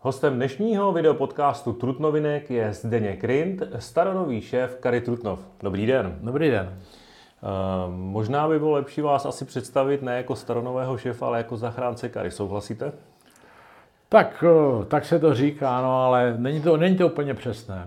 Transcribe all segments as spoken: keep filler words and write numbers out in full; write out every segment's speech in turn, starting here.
Hostem dnešního videopodcastu Trutnovinek je Zdeněk Rind, staronový šéf Kary Trutnov. Dobrý den. Dobrý den. Uh, možná by bylo lepší vás asi představit ne jako staronového šéfa, ale jako zachránce Kary. Souhlasíte? Tak, tak se to říká, no, ale není to, není to úplně přesné.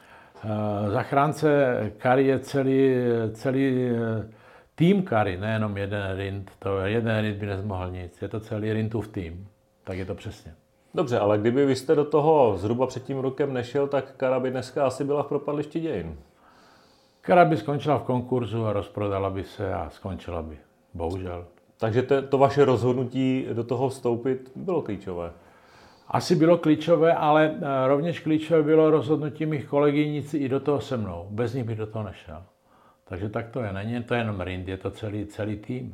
Zachránce Kary je celý, celý tým Kary, nejenom jeden Rind. To jeden Rind by nezmohl nic, je to celý Rindův tým. Tak je to přesně. Dobře, ale kdyby vy jste do toho zhruba před tím rokem nešel, tak Kara by dneska asi byla v propadlišti dějin. Kara by skončila v konkurzu a rozprodala by se a skončila by. Bohužel. Takže to, to vaše rozhodnutí do toho vstoupit bylo klíčové. Asi bylo klíčové, ale rovněž klíčové bylo rozhodnutí mých kolegyň i do toho se mnou. Bez nich bych do toho nešel. Takže tak to je. Není to jenom Rind, je to celý, celý tým.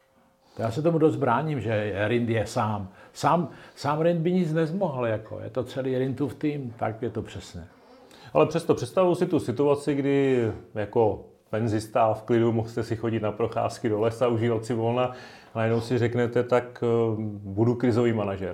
Já se tomu dost bráním, že Rind je sám. Sám, sám Rind by nic nezmohl, jako. Je to celý Rindův tým, tak je to přesně. Ale přesto představuji si tu situaci, kdy jako penzista v klidu musíte si chodit na procházky do lesa, užívat si volna a najednou si řeknete, tak budu krizový manažer.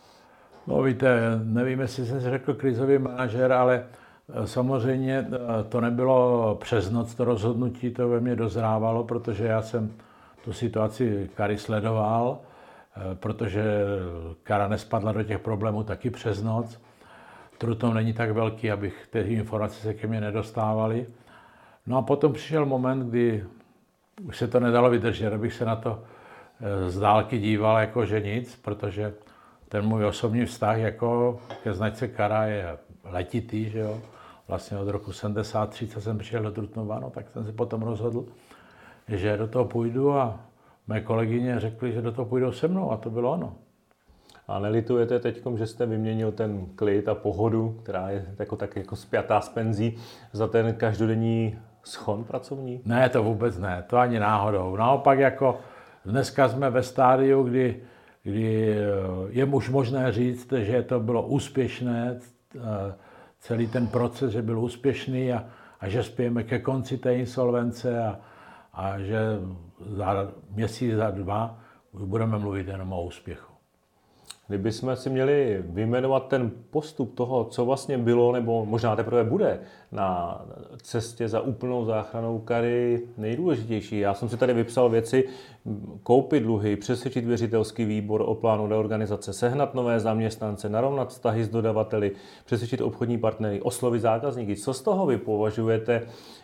No víte, nevím, jestli jsem si řekl krizový manažer, ale samozřejmě to nebylo přes noc to rozhodnutí, to ve mně dozrávalo, protože já jsem tu situaci Kary sledoval, protože Kara nespadla do těch problémů taky přes noc. Trutnov není tak velký, abych ty informace se ke mně nedostávaly. No a potom přišel moment, kdy už se to nedalo vydržet, abych se na to z dálky díval jako že nic, protože ten můj osobní vztah jako ke značce Kara je letitý, že jo. Vlastně od roku sedmdesát tři, co jsem přišel do Trutnova, no, tak jsem se potom rozhodl, že do toho půjdu a mé kolegyně řekly, že do toho půjdou se mnou a to bylo ono. A nelitujete teď, že jste vyměnil ten klid a pohodu, která je jako, tak jako spjatá s penzí, za ten každodenní schon pracovní? Ne, to vůbec ne, to ani náhodou. Naopak jako dneska jsme ve stádiu, kdy, kdy je už možné říct, že to bylo úspěšné, celý ten proces, že byl úspěšný a, a že spějeme ke konci té insolvence a, a že za měsíc, za dva budeme mluvit jenom o úspěchu. Kdybychom si měli vyjmenovat ten postup toho, co vlastně bylo, nebo možná teprve bude na cestě za úplnou záchranou Kary nejdůležitější. Já jsem si tady vypsal věci, koupit dluhy, přesvědčit věřitelský výbor o plánu reorganizace, sehnat nové zaměstnance, narovnat vztahy s dodavateli, přesvědčit obchodní partnery, oslovit zákazníky. Co z toho vy považujete,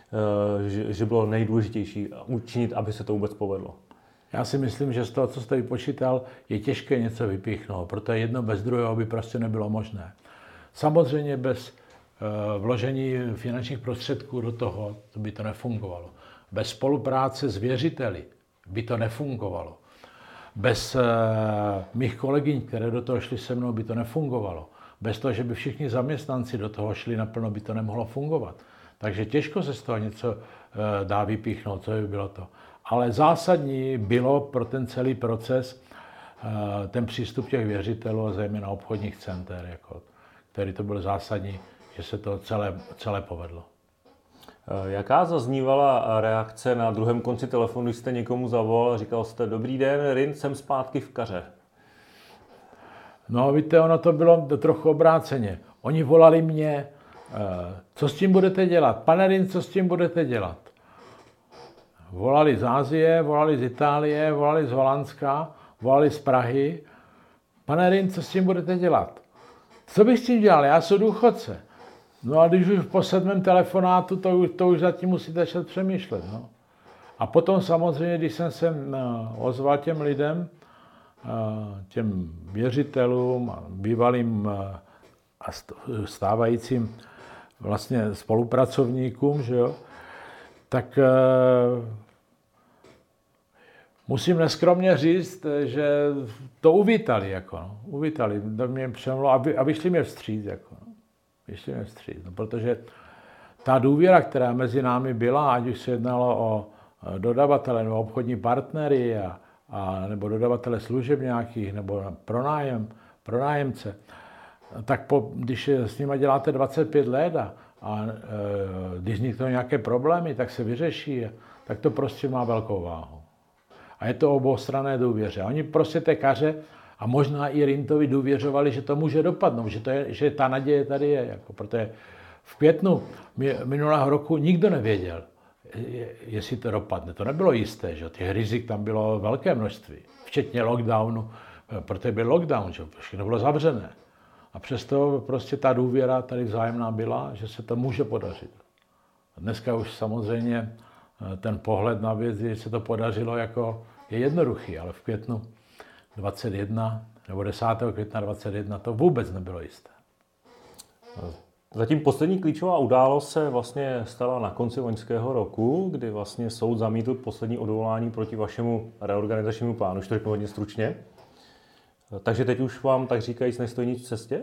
že bylo nejdůležitější učinit, aby se to vůbec povedlo? Já si myslím, že z toho, co jste vypočítal, je těžké něco vypíchnout, protože jedno bez druhého by prostě nebylo možné. Samozřejmě bez uh, vložení finančních prostředků do toho by to nefungovalo. Bez spolupráce s věřiteli by to nefungovalo. Bez uh, mých kolegyň, které do toho šly se mnou, by to nefungovalo. Bez toho, že by všichni zaměstnanci do toho šli naplno, by to nemohlo fungovat. Takže těžko se z toho něco uh, dá vypíchnout, co by bylo to. Ale zásadní bylo pro ten celý proces ten přístup těch věřitelů a zejména obchodních center, jako, který to byl zásadní, že se to celé, celé povedlo. Jaká zaznívala reakce na druhém konci telefonu, když jste někomu zavolal a říkal jste, dobrý den, Rind, jsem zpátky v Kaře? No víte, ono to bylo trochu obráceně. Oni volali mě, co s tím budete dělat? Pane Rind, co s tím budete dělat? Volali z Asie, volali z Itálie, volali z Holandska, volali z Prahy. Pane Rind, co s tím budete dělat? Co bych s tím dělal? Já jsem důchodce. No a když už po sedmém telefonátu, to, to už zatím musíte začít přemýšlet. No. A potom samozřejmě, když jsem se ozval těm lidem, těm věřitelům, bývalým a stávajícím vlastně spolupracovníkům, že jo, tak musím neskromně říct, že to uvítali, jako, no, uvítali, do mě přemlo a, vy, a vyšli mě vstříc, jako, no, vyšli mě vstříc, no, protože ta důvěra, která mezi námi byla, ať už se jednalo o dodavatele nebo obchodní partnery a, a nebo dodavatele služeb nějakých, nebo pronájem, pronájemce, tak po, když s nimi děláte dvacet pět let a, a e, když vzniknou nějaké problémy, tak se vyřeší, tak to prostě má velkou váhu. A je to oboustranné důvěře. Oni prostě té Kaře A možná i Rintovi důvěřovali, že to může dopadnout, že, to je, že ta naděje tady je. Jako, protože v květnu minulého roku nikdo nevěděl, jestli to dopadne. To nebylo jisté, že těch rizik tam bylo velké množství, včetně lockdownu, protože byl lockdown, že všechno bylo zavřené. A přesto prostě ta důvěra tady vzájemná byla, že se to může podařit. A dneska už samozřejmě ten pohled na věc, že se to podařilo, jako je jednoduchý, ale v květnu dvacet jedna nebo desátého května dvacet jedna to vůbec nebylo jisté. Zatím poslední klíčová událost se vlastně stala na konci loňského roku, kdy vlastně soud zamítl poslední odvolání proti vašemu reorganizačnímu plánu, už to řeknu hodně stručně. Takže teď už vám, tak říkajíc, nestojí nic v cestě?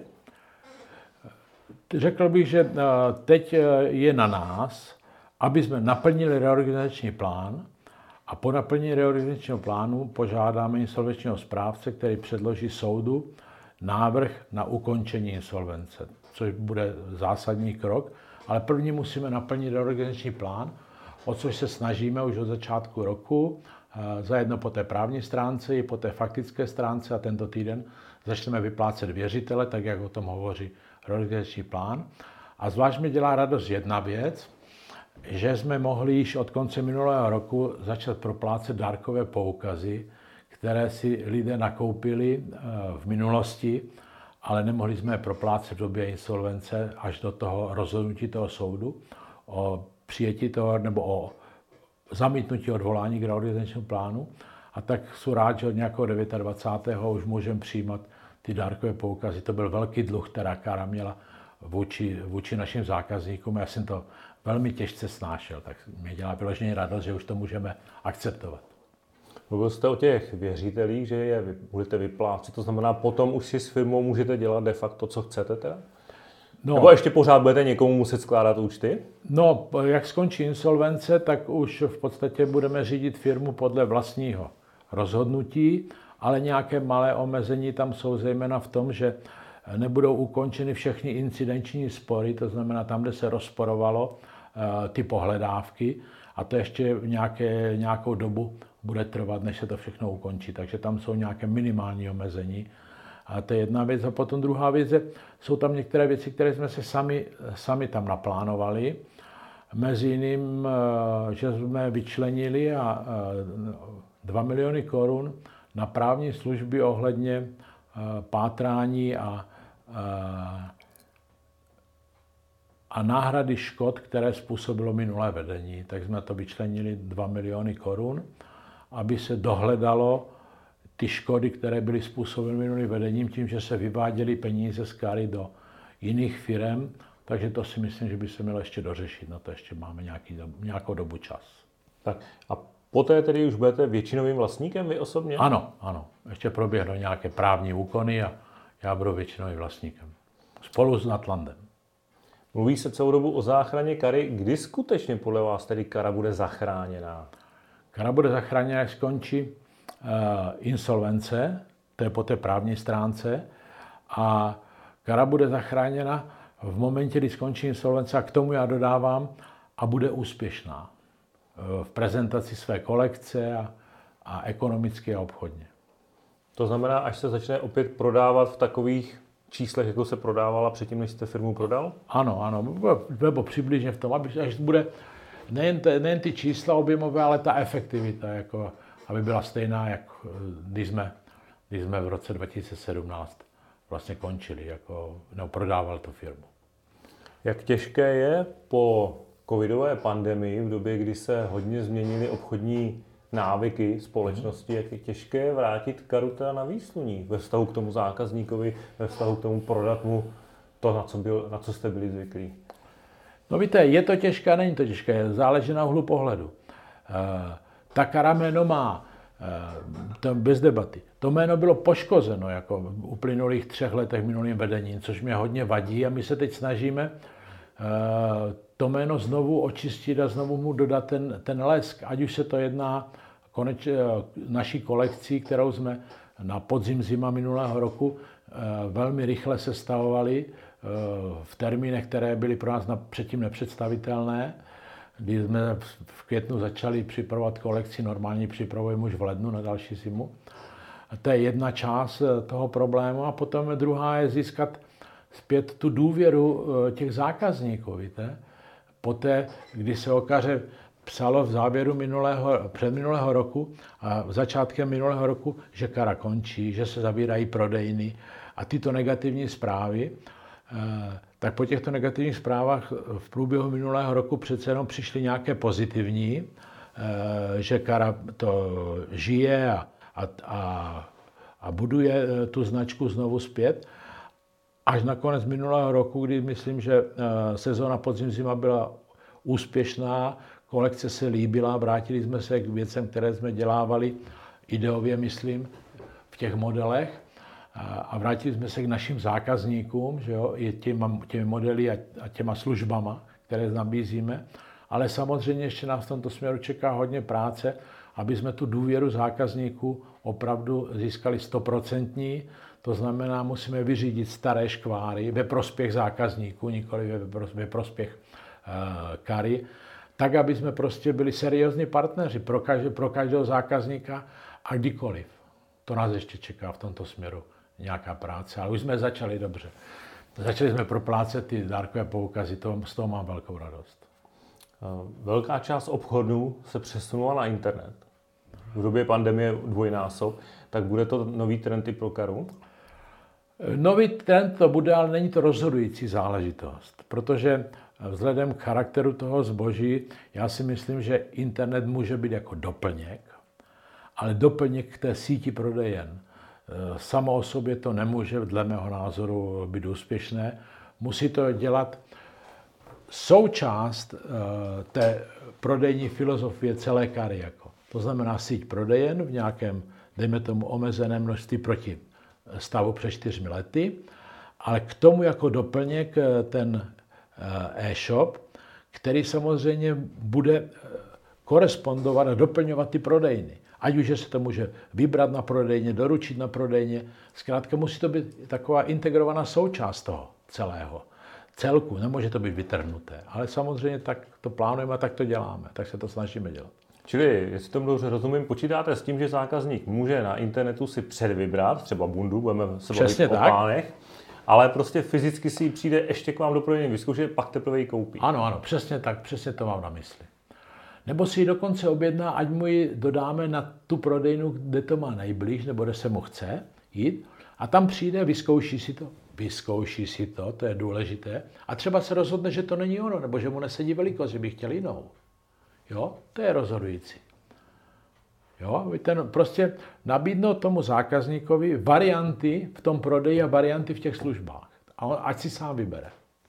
Řekl bych, že teď je na nás, aby jsme naplnili reorganizační plán a po naplnění reorganizačního plánu požádáme insolvenčního správce, který předloží soudu návrh na ukončení insolvence, což bude zásadní krok, ale první musíme naplnit reorganizační plán, o což se snažíme už od začátku roku, zajedno po té právní stránce i po té faktické stránce a tento týden začneme vyplácet věřitele, tak jak o tom hovoří reorganizační plán. A zvlášť mi dělá radost jedna věc, že jsme mohli již od konce minulého roku začat proplácet dárkové poukazy, které si lidé nakoupili v minulosti, ale nemohli jsme je proplácet v době insolvence až do toho rozhodnutí toho soudu o přijetí toho nebo o zamítnutí odvolání k reorganizačnímu plánu. A tak jsem rád, že od nějakého dvacátého devátého už můžeme přijímat ty dárkové poukazy. To byl velký dluh, která Kara měla vůči, vůči našim zákazníkům. Já jsem to velmi těžce snášel, tak mě dělá vyloženě radost, že už to můžeme akceptovat. Mluvil jste o těch věřitelích, že je budete vyplácet, to znamená, potom už si s firmou můžete dělat de facto, co chcete teda? No, nebo ještě pořád budete někomu muset skládat účty? No, jak skončí insolvence, tak už v podstatě budeme řídit firmu podle vlastního rozhodnutí, ale nějaké malé omezení tam jsou zejména v tom, že nebudou ukončeny všechny incidenční spory, to znamená tam, kde se rozporovalo ty pohledávky, a to ještě nějaké, nějakou dobu bude trvat, než se to všechno ukončí. Takže tam jsou nějaké minimální omezení. A to je jedna věc. A potom druhá věc je, jsou tam některé věci, které jsme se sami, sami tam naplánovali. Mezi jiným, že jsme vyčlenili a dva miliony korun na právní služby ohledně pátrání a, a náhrady škod, které způsobilo minulé vedení. Tak jsme to vyčlenili dva miliony korun, aby se dohledalo ty škody, které byly způsobeny minulým vedením tím, že se vyváděly peníze z Kary do jiných firem. Takže to si myslím, že by se mělo ještě dořešit. Na to ještě máme nějaký, nějakou dobu čas. Tak a poté tedy už budete většinovým vlastníkem vy osobně? Ano, ano. Ještě proběhnou nějaké právní úkony a já budu většinovým vlastníkem. Spolu s Natlandem. Mluví se celou dobu o záchraně Kary. Kdy skutečně podle vás tedy Kara bude zachráněná? Kara bude zachráněna, jak skončí uh, insolvence, to je po té právní stránce, a Kara bude zachráněna v momentě, kdy skončí insolvence, a k tomu já dodávám, a bude úspěšná v prezentaci své kolekce a, a ekonomicky a obchodně. To znamená, až se začne opět prodávat v takových číslech, jako se prodávala předtím, než jste firmu prodal? Ano, ano, nebo přibližně v tom, aby, až bude nejen, te, nejen ty čísla objemové, ale ta efektivita, jako, aby byla stejná, jak když jsme, když jsme v roce dva tisíce sedmnáct vlastně končili, jako, nebo prodával tu firmu. Jak těžké je po covidové pandemii, v době, kdy se hodně změnily obchodní návyky společnosti, jak je těžké vrátit Karu na výsluní ve vztahu k tomu zákazníkovi, ve vztahu k tomu prodat mu to, na co, byl, na co jste byli zvyklí? No víte, je to těžké, není to těžké, záleží na úhlu pohledu. E, ta Kara jméno má, e, to bez debaty, to jméno bylo poškozeno jako v uplynulých třech letech minulým vedením, což mě hodně vadí, a my se teď snažíme e, to jméno znovu očistit a znovu mu dodat ten, ten lesk, ať už se to jedná koneč, naší kolekcí, kterou jsme na podzim zima minulého roku velmi rychle sestavovali v termínech, které byly pro nás předtím nepředstavitelné. Když jsme v květnu začali připravovat kolekci, normálně připravujeme už v lednu na další zimu. To je jedna část toho problému a potom druhá je získat zpět tu důvěru těch zákazníků, víte. Poté, kdy se o kaře psalo v závěru minulého, předminulého roku a začátkem minulého roku, že kara končí, že se zavírají prodejny a tyto negativní zprávy, tak po těchto negativních zprávách v průběhu minulého roku přece jenom přišly nějaké pozitivní, že kara to žije a, a, a, a buduje tu značku znovu zpět. Až na konec minulého roku, kdy myslím, že sezóna podzim-zima byla úspěšná, kolekce se líbila, vrátili jsme se k věcem, které jsme dělávali, ideově myslím, v těch modelech a vrátili jsme se k našim zákazníkům, že jo, i těma, těmi modely a, a těma službama, které nabízíme. Ale samozřejmě ještě nás v tomto směru čeká hodně práce, aby jsme tu důvěru zákazníků opravdu získali stoprocentní. To znamená, musíme vyřídit staré škváry ve prospěch zákazníků, nikoli ve prospěch uh, kary, tak, aby jsme prostě byli seriózní partneři pro, každé, pro každého zákazníka a kdykoliv. To nás ještě čeká v tomto směru nějaká práce, ale už jsme začali dobře. Začali jsme proplácet ty dárkové poukazy, to, z toho mám velkou radost. Velká část obchodů se přesunula na internet. V době pandemie dvojnásob, tak bude to nový trend i pro karu? Nový trend to bude, ale není to rozhodující záležitost, protože vzhledem k charakteru toho zboží, já si myslím, že internet může být jako doplněk, ale doplněk k té síti prodejen. Samo o sobě to nemůže, dle mého názoru, být úspěšné. Musí to dělat součást té prodejní filozofie celé kary. Jako. To znamená síť prodejen v nějakém, dejme tomu, omezeném množství proti stavu před čtyřmi lety, ale k tomu jako doplněk ten e-shop, který samozřejmě bude korespondovat a doplňovat ty prodejny. Ať už se to může vybrat na prodejně, doručit na prodejně. Zkrátka musí to být taková integrovaná součást toho celého celku. Nemůže to být vytrhnuté. Ale samozřejmě tak to plánujeme a tak to děláme. Tak se to snažíme dělat. Čili, jestli tomu dobře rozumím, počítáte s tím, že zákazník může na internetu si předvybrat, třeba bundu, budeme se bavit o plánech, ale prostě fyzicky si ji přijde ještě k vám do prodejny vyzkoušet, pak teprve ji koupí. Ano, ano, přesně tak, přesně to mám na mysli. Nebo si ji dokonce objedná, ať mu ji dodáme na tu prodejnu, kde to má nejblíž, nebo kde se mu chce jít. A tam přijde, vyzkouší si to. Vyzkouší si to, to je důležité. A třeba se rozhodne, že to není ono, nebo že mu nesedí velikost, že by chtěl jinou. Jo, to je rozhodující. Jo, ten prostě nabídnout tomu zákazníkovi varianty v tom prodeji a varianty v těch službách. A on ať si sám vybere.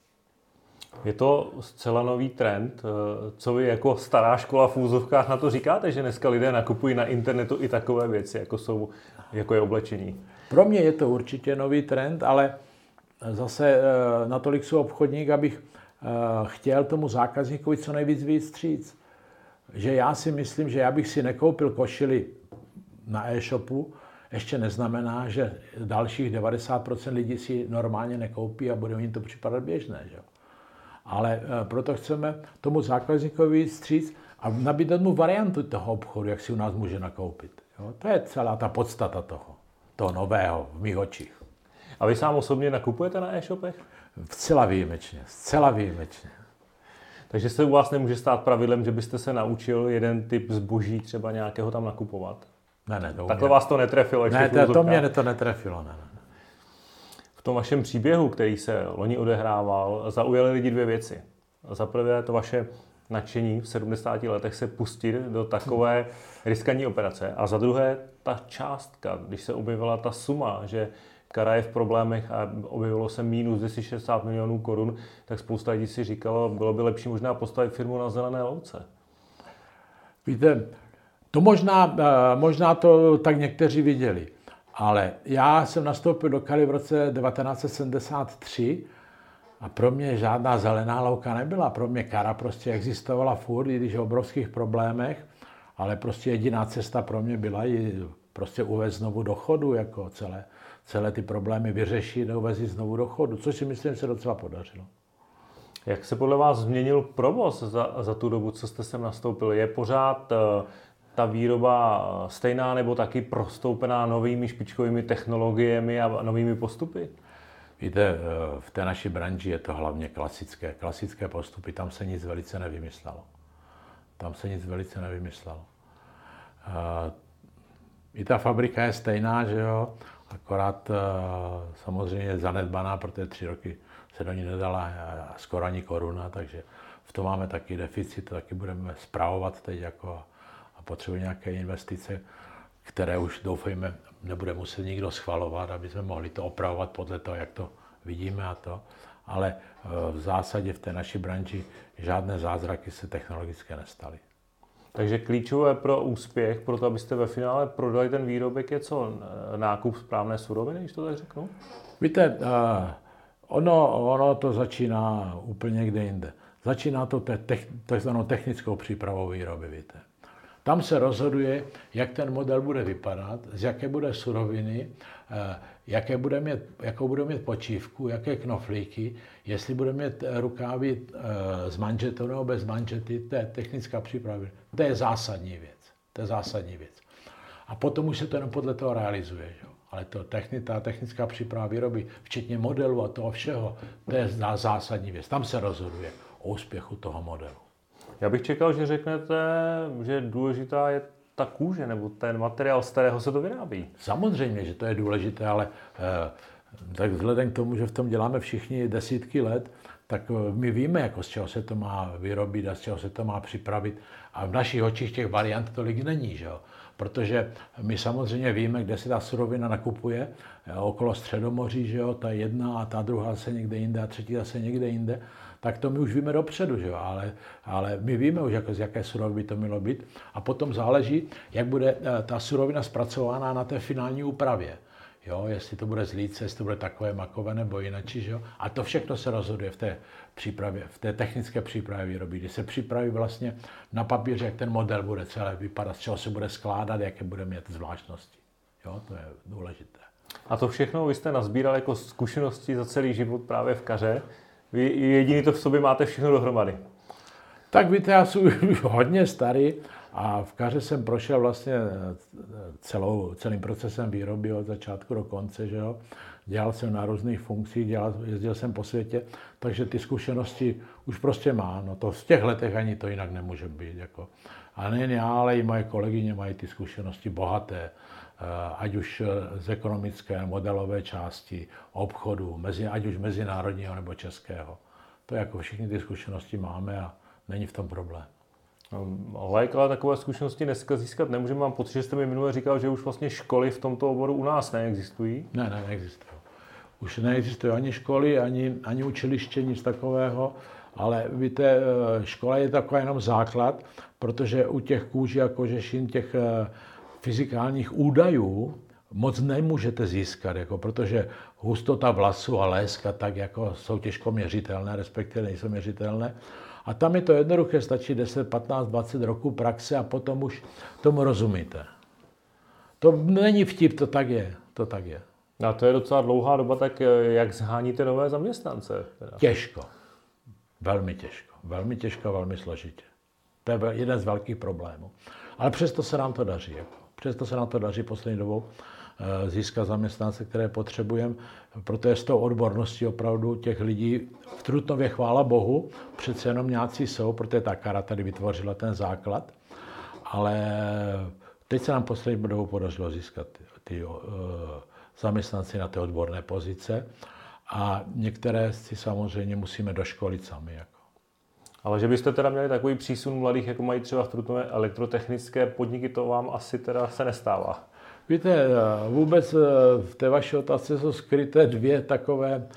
Je to zcela nový trend. Co vy jako stará škola v úzovkách na to říkáte, že dneska lidé nakupují na internetu i takové věci, jako, jsou, jako je oblečení? Pro mě je to určitě nový trend, ale zase natolik jsou obchodník, abych chtěl tomu zákazníkovi co nejvíc víc vstříc. Že já si myslím, že já bych si nekoupil košili na e-shopu, ještě neznamená, že dalších devadesát procent lidí si normálně nekoupí a bude jim to připadat běžné. Že? Ale proto chceme tomu zákazníkovi vstříc a nabídnout mu variantu toho obchodu, jak si u nás může nakoupit. Jo? To je celá ta podstata toho, toho nového v mých očích. A vy sám osobně nakupujete na e-shopech? Zcela výjimečně, zcela výjimečně. Takže se u vás nemůže stát pravidlem, že byste se naučil jeden typ zboží třeba nějakého tam nakupovat? Ne, ne. To Takhle mě... vás to netrefilo ještě? Ne, to, to mě to netrefilo, ne, ne. V tom vašem příběhu, který se loni odehrával, zaujaly lidi dvě věci. Za prvé to vaše nadšení v sedmdesáti letech se pustit do takové riskantní operace. A za druhé ta částka, když se objevila ta suma, že kara je v problémech a objevilo se mínus dvě stě šedesát milionů korun, tak spousta lidí si říkalo, bylo by lepší možná postavit firmu na zelené louce. Víte, to možná, možná to tak někteří viděli, ale já jsem nastoupil do kary v roce devatenáct set sedmdesát tři a pro mě žádná zelená louka nebyla. Pro mě kara prostě existovala furt, i když v obrovských problémech, ale prostě jediná cesta pro mě byla ji prostě uvést znovu do chodu, jako celé. celé ty problémy vyřešit a uvezit znovu do chodu, což si myslím, se docela podařilo. Jak se podle vás změnil provoz za, za tu dobu, co jste sem nastoupil? Je pořád ta výroba stejná nebo taky prostoupená novými špičkovými technologiemi a novými postupy? Víte, v té naší branži je to hlavně klasické, klasické postupy, tam se nic velice nevymyslelo. Tam se nic velice nevymyslelo. I ta fabrika je stejná, že jo, akorát samozřejmě zanedbaná, protože tři roky se do ní nedala skoro ani koruna, takže v tom máme taky deficit, taky budeme spravovat teď jako a potřebujeme nějaké investice, které už doufejme nebude muset nikdo schvalovat, aby jsme mohli to opravovat podle toho, jak to vidíme a to. Ale v zásadě v té naší branži žádné zázraky se technologické nestaly. Takže klíčové pro úspěch, pro to, abyste ve finále prodali ten výrobek, je co? Nákup správné suroviny, když to tak řeknu? Víte, ono, ono to začíná úplně někde jinde. Začíná to takzvanou technickou přípravou výroby, víte. Tam se rozhoduje, jak ten model bude vypadat, z jaké bude suroviny, jaké bude mít, jakou bude mít počívku, jaké knoflíky, jestli bude mít rukávy s manžetou nebo bez manžety, to je technická příprava. To je zásadní věc. To je zásadní věc. A potom už se to jenom podle toho realizuje. Že? Ale to technická, technická příprava výroby, včetně modelu a toho všeho, to je zásadní věc. Tam se rozhoduje o úspěchu toho modelu. Já bych čekal, že řeknete, že důležitá je ta kůže, nebo ten materiál, z kterého se to vyrábí. Samozřejmě, že to je důležité, ale eh, tak vzhledem k tomu, že v tom děláme všichni desítky let, tak my víme, jako z čeho se to má vyrobit a z čeho se to má připravit. A v našich očích těch variant tolik není, že jo? Protože my samozřejmě víme, kde se ta surovina nakupuje, okolo Středomoří, že jo? Ta jedna a ta druhá zase někde jinde a třetí zase někde jinde. Tak to my už víme dopředu, že jo? Ale, ale my víme už, jako z jaké suroviny by to mělo být. A potom záleží, jak bude ta surovina zpracována na té finální úpravě. Jo, jestli to bude z líce, jestli to bude takové makové nebo jinak, že jo. A to všechno se rozhoduje v té přípravě, v té technické přípravě výroby, kdy se připraví vlastně na papíře, jak ten model bude celé vypadat, z čeho se bude skládat, jaké bude mít zvláštnosti. Jo, to je důležité. A to všechno vy jste nazbíral jako zkušenosti za celý život právě v kaře. Vy jediný to v sobě máte všechno dohromady. Tak víte, já jsem už hodně starý a v kaře jsem prošel vlastně celou, celým procesem výroby od začátku do konce, že jo. Dělal jsem na různých funkcích, dělal, jezdil jsem po světě, takže ty zkušenosti už prostě mám. No to v těch letech ani to jinak nemůže být. Jako. A nejen já, ale i moje kolegyně mají ty zkušenosti bohaté, ať už z ekonomické, modelové části, obchodu, mezi, ať už mezinárodního nebo českého. To jako všichni ty zkušenosti máme a není v tom problém. Like, ale takové zkušenosti dneska získat nemůžeme. Mám pocit, že jste mi minule říkal, že už vlastně školy v tomto oboru u nás neexistují. Ne, ne, neexistují. Už neexistují ani školy, ani, ani učiliště, nic takového. Ale víte, škola je takový jenom základ, protože u těch kůží a kožešin, těch fyzikálních údajů moc nemůžete získat, jako, protože hustota vlasu a lesk a tak jako jsou těžko měřitelné, respektive nejsou měřitelné. A tam je to jednoduché, stačí deset, patnáct, dvacet roků praxe a potom už tomu rozumíte. To není vtip, to tak je. To tak je. A to je docela dlouhá doba, tak jak zháníte nové zaměstnance? Teda? Těžko. Velmi těžko. Velmi těžko, velmi složitě. To je jeden z velkých problémů. Ale přesto se nám to daří. Jako. Přesto se nám to daří poslední dobou získat zaměstnance, které potřebujeme, protože s tou odborností opravdu těch lidí v Trutnově, chvála Bohu, přece jenom nějací jsou, protože ta kara tady vytvořila ten základ, ale teď se nám poslední dobou podařilo získat ty, ty uh, zaměstnanci na té odborné pozice a některé si samozřejmě musíme doškolit sami. Jako. Ale že byste teda měli takový přísun mladých, jako mají třeba v Trutnově elektrotechnické podniky, to vám asi teda se nestává. Víte, vůbec v té vaší otázce jsou skryté dvě takové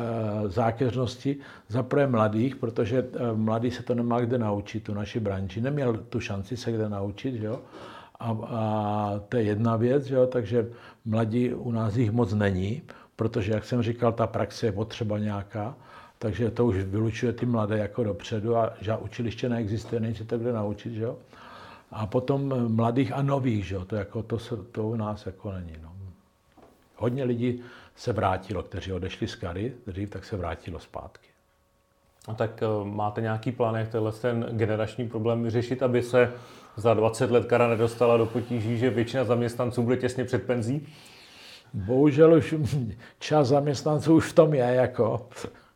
zákeřnosti. Za prvé mladých, protože mladý se to nemá kde naučit, tu naši branži. Neměl tu šanci se kde naučit, že jo? A, a to je jedna věc, že jo? Takže mladí u nás jich moc není, protože, jak jsem říkal, ta praxe je potřeba nějaká, takže to už vylučuje ty mladé jako dopředu a že učiliště neexistuje, není se to kde naučit, že jo? A potom mladých a nových, že jo, to, jako, to, to u nás jako není. No. Hodně lidí se vrátilo, kteří odešli z kary dřív, tak se vrátilo zpátky. Tak máte nějaký plán, jak tenhle ten generační problém vyřešit, aby se za dvacet let Kara nedostala do potíží, že většina zaměstnanců bude těsně před penzí? Bohužel už část zaměstnanců už v tom je, jako,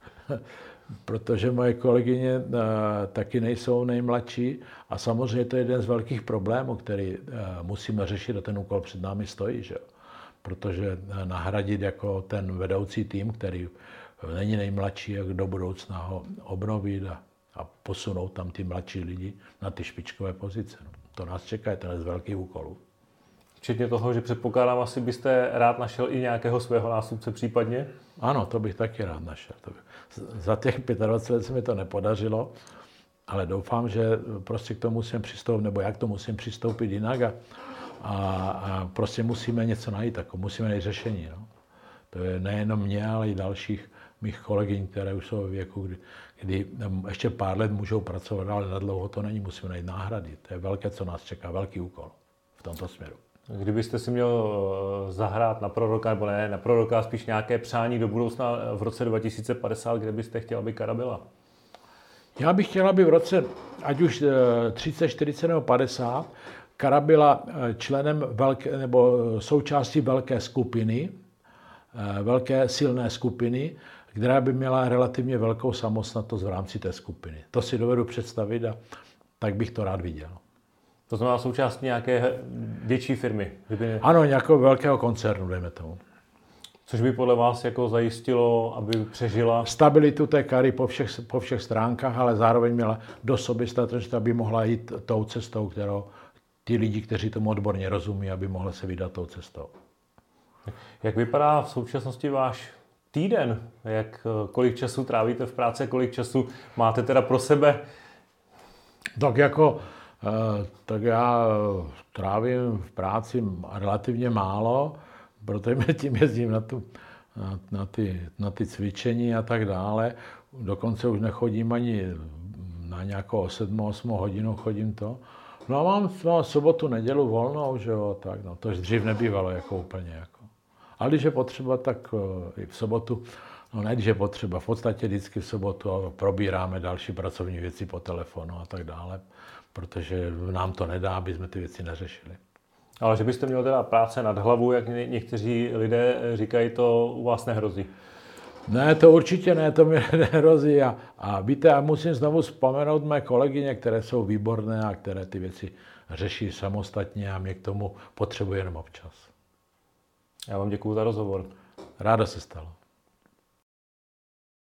protože moje kolegyně taky nejsou nejmladší a samozřejmě to je jeden z velkých problémů, který musíme řešit a ten úkol před námi stojí, že? Protože nahradit jako ten vedoucí tým, který není nejmladší, jak do budoucna ho obnovit a, a posunout tam ty mladší lidi na ty špičkové pozice. No, to nás čeká, je ten z velkých úkolů. Včetně toho, že předpokládám, asi byste rád našel i nějakého svého nástupce případně? Ano, to bych taky rád našel. To by... Za těch dvacet pět let se mi to nepodařilo, ale doufám, že prostě k tomu musím přistoupit, nebo jak to musím přistoupit jinak a, a, a prostě musíme něco najít, jako musíme najít řešení. No. To je nejenom mě, ale i dalších mých kolegyň, které už jsou v věku, kdy, kdy ještě pár let můžou pracovat, ale na dlouho to není, musíme najít náhrady. To je velké, co nás čeká, velký úkol v tomto směru. Kdybyste si měl zahrát na proroka, nebo ne na proroka, spíš nějaké přání do budoucna v roce dva tisíce padesát, kde byste chtěl, aby Kara byla? Já bych chtěl, aby v roce, ať už třicet, čtyřicet nebo padesát, Kara byla členem velké, nebo součástí velké skupiny, velké silné skupiny, která by měla relativně velkou samostatnost v rámci té skupiny. To si dovedu představit a tak bych to rád viděl. To znamená součástí nějaké větší firmy? Kdyby... Ano, nějakého velkého koncernu, dejme tomu. Což by podle vás jako zajistilo, aby přežila? Stabilitu té Kary po všech, po všech stránkách, ale zároveň měla do soběstačnost, aby mohla jít tou cestou, kterou ti lidi, kteří tomu odborně rozumí, aby mohli se vydat tou cestou. Jak vypadá v současnosti váš týden? Jak, kolik času trávíte v práci, kolik času máte teda pro sebe? Tak jako, tak já trávím v práci relativně málo, protože tím jezdím na, tu, na, na, ty, na ty cvičení a tak dále. Dokonce už nechodím ani na nějakou sedm osm hodinu, chodím to. No a mám no, sobotu, nedělu volnou, že jo, tak no, to už dřív nebývalo jako úplně jako. Ale když je potřeba, tak i v sobotu, no ne, když je potřeba, v podstatě vždycky v sobotu probíráme další pracovní věci po telefonu a tak dále, protože nám to nedá, aby jsme ty věci neřešili. Ale že byste měl teda práce nad hlavu, jak někteří lidé říkají, to u vás nehrozí? Ne, to určitě ne, to mi nehrozí. A, a víte, já musím znovu vzpomenout mé kolegyně, které jsou výborné a které ty věci řeší samostatně a mě k tomu potřebuje jenom občas. Já vám děkuju za rozhovor. Ráda se stalo.